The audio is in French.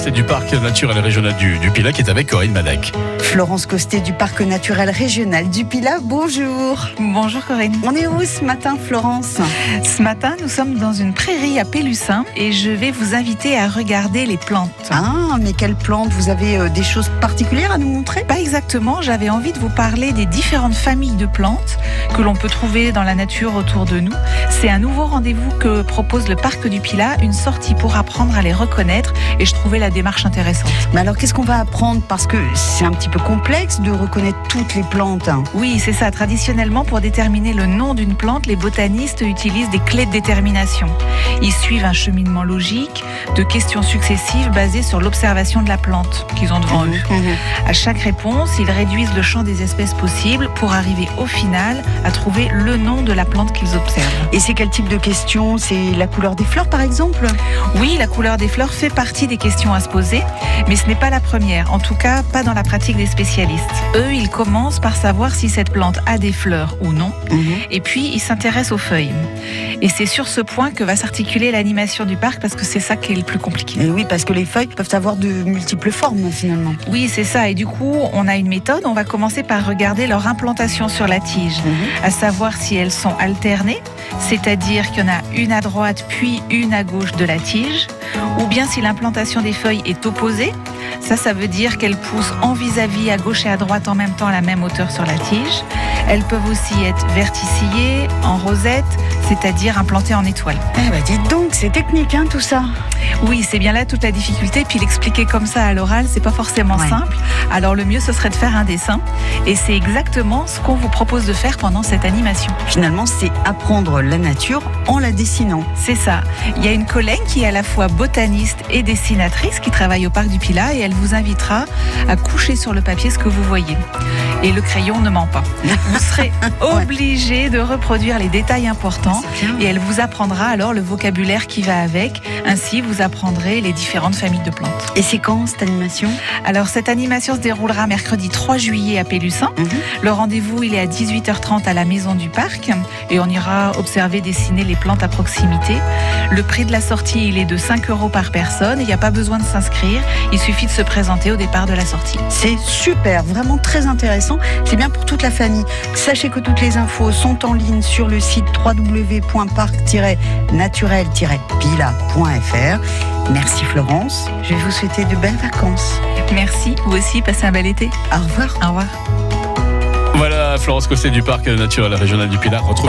Costet du Parc naturel régional du Pilat qui est avec Corinne Madec. Florence Costet du Parc naturel régional du Pilat, bonjour. Bonjour Corinne. On est où ce matin, Florence ? Ce matin, nous sommes dans une prairie à Pélussin et je vais vous inviter à regarder les plantes. Ah, mais quelles plantes ? Vous avez des choses particulières à nous montrer ? Pas exactement, j'avais envie de vous parler des différentes familles de plantes que l'on peut trouver dans la nature autour de nous. C'est un nouveau rendez-vous que propose le Parc du Pilat, une sortie pour apprendre à les reconnaître et je trouvais la démarche intéressante. Mais alors, qu'est-ce qu'on va apprendre ? Parce que c'est un petit peu complexe de reconnaître toutes les plantes. Oui, c'est ça. Traditionnellement, pour déterminer le nom d'une plante, les botanistes utilisent des clés de détermination. Ils suivent un cheminement logique de questions successives basées sur l'observation de la plante qu'ils ont devant eux. À chaque réponse, ils réduisent le champ des espèces possibles pour arriver au final à trouver le nom de la plante qu'ils observent. Et c'est quel type de questions ? C'est la couleur des fleurs, par exemple ? Oui, la couleur des fleurs fait partie des questions à se poser, mais ce n'est pas la première, en tout cas pas dans la pratique des spécialistes. Eux, ils commencent par savoir si cette plante a des fleurs ou non, et puis ils s'intéressent aux feuilles. Et c'est sur ce point que va s'articuler l'animation du parc, parce que c'est ça qui est le plus compliqué. Et oui, parce que les feuilles peuvent avoir de multiples formes, finalement. Oui, c'est ça, et du coup, on a une méthode, on va commencer par regarder leur implantation sur la tige, à savoir si elles sont alternées, c'est-à-dire qu'il y en a une à droite puis une à gauche de la tige, ou bien si l'implantation des feuilles est opposée, ça veut dire qu'elles poussent en vis-à-vis à gauche et à droite en même temps à la même hauteur sur la tige. Elles peuvent aussi être verticillées, en rosette, c'est-à-dire implantées en étoile. Eh ben, dites donc, c'est technique, tout ça. Oui, c'est bien là toute la difficulté. Puis l'expliquer comme ça à l'oral, c'est pas forcément simple. Alors le mieux, ce serait de faire un dessin. Et c'est exactement ce qu'on vous propose de faire pendant cette animation. Finalement, c'est apprendre la nature en la dessinant. C'est ça. Il y a une collègue qui est à la fois botaniste et dessinatrice qui travaille au Parc du Pilat et elle vous invitera à coucher sur le papier ce que vous voyez. Et le crayon ne ment pas. Vous serez obligé de reproduire les détails importants et elle vous apprendra alors le vocabulaire qui va avec. Ainsi, vous apprendrez les différentes familles de plantes. Et c'est quand cette animation ? Alors, cette animation se déroulera mercredi 3 juillet à Pélussin. Le rendez-vous, il est à 18h30 à la maison du parc et on ira observer, dessiner les plantes à proximité. Le prix de la sortie, il est de 5 € par personne. Il n'y a pas besoin de s'inscrire. Il suffit de se présenter au départ de la sortie. C'est super, vraiment très intéressant. C'est bien pour toute la famille. Sachez que toutes les infos sont en ligne sur le site www.parc-naturel-pilat.fr. Merci Florence. Je vais vous souhaiter de belles vacances. Merci, vous aussi, passez un bel été. Au revoir. Au revoir. Voilà Florence Costet du Parc naturel régional du Pilat.